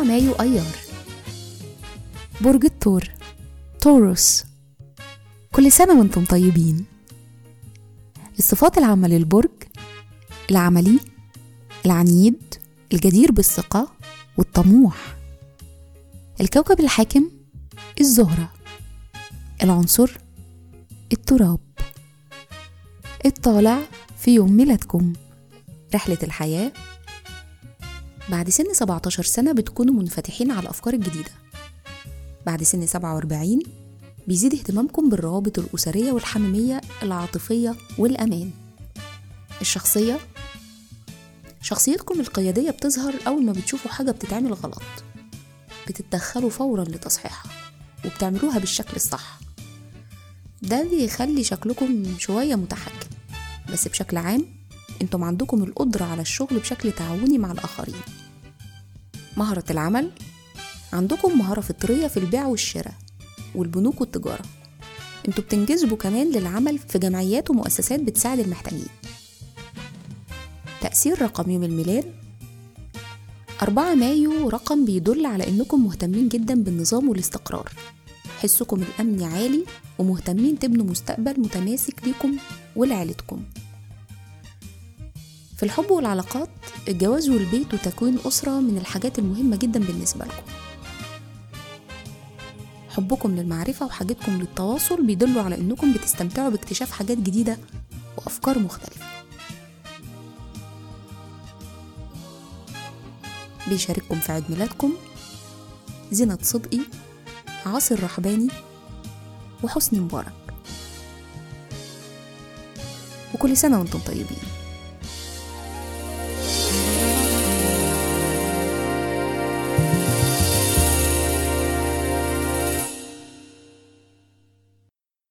4 مايو أيار. برج الثور، توروس. كل سنة وانتم طيبين. الصفات العامة للبرج: العملي، العنيد، الجدير بالثقة والطموح. الكوكب الحاكم: الزهرة. العنصر: التراب. الطالع في يوم ميلادكم. رحلة الحياة: بعد سن 17 سنة بتكونوا منفتحين على الأفكار الجديدة. بعد سن 47 بيزيد اهتمامكم بالروابط الأسرية والحميمية العاطفية والأمان. الشخصية: شخصيتكم القيادية بتظهر أول ما بتشوفوا حاجة بتتعمل غلط، بتتدخلوا فورا لتصحيحها وبتعملوها بالشكل الصح. ده بيخلي شكلكم شوية متحكم، بس بشكل عام انتم عندكم القدرة على الشغل بشكل تعاوني مع الآخرين. مهارة العمل: عندكم مهارة فطرية في البيع والشراء والبنوك والتجارة. انتوا بتنجذبوا كمان للعمل في جمعيات ومؤسسات بتساعد المحتاجين. تأثير رقم يوم الميلاد: 4 مايو رقم بيدل على انكم مهتمين جدا بالنظام والاستقرار. حسكم الأمني عالي ومهتمين تبنوا مستقبل متماسك ليكم ولعيلتكم. في الحب والعلاقات: الجواز والبيت وتكوين أسرة من الحاجات المهمة جدا بالنسبة لكم. حبكم للمعرفة وحاجتكم للتواصل بيدلوا على انكم بتستمتعوا باكتشاف حاجات جديدة وأفكار مختلفة. بيشارككم في عيد ميلادكم زينة صدقي، عاصر رحباني، وحسني مبارك. وكل سنة وانتم طيبين.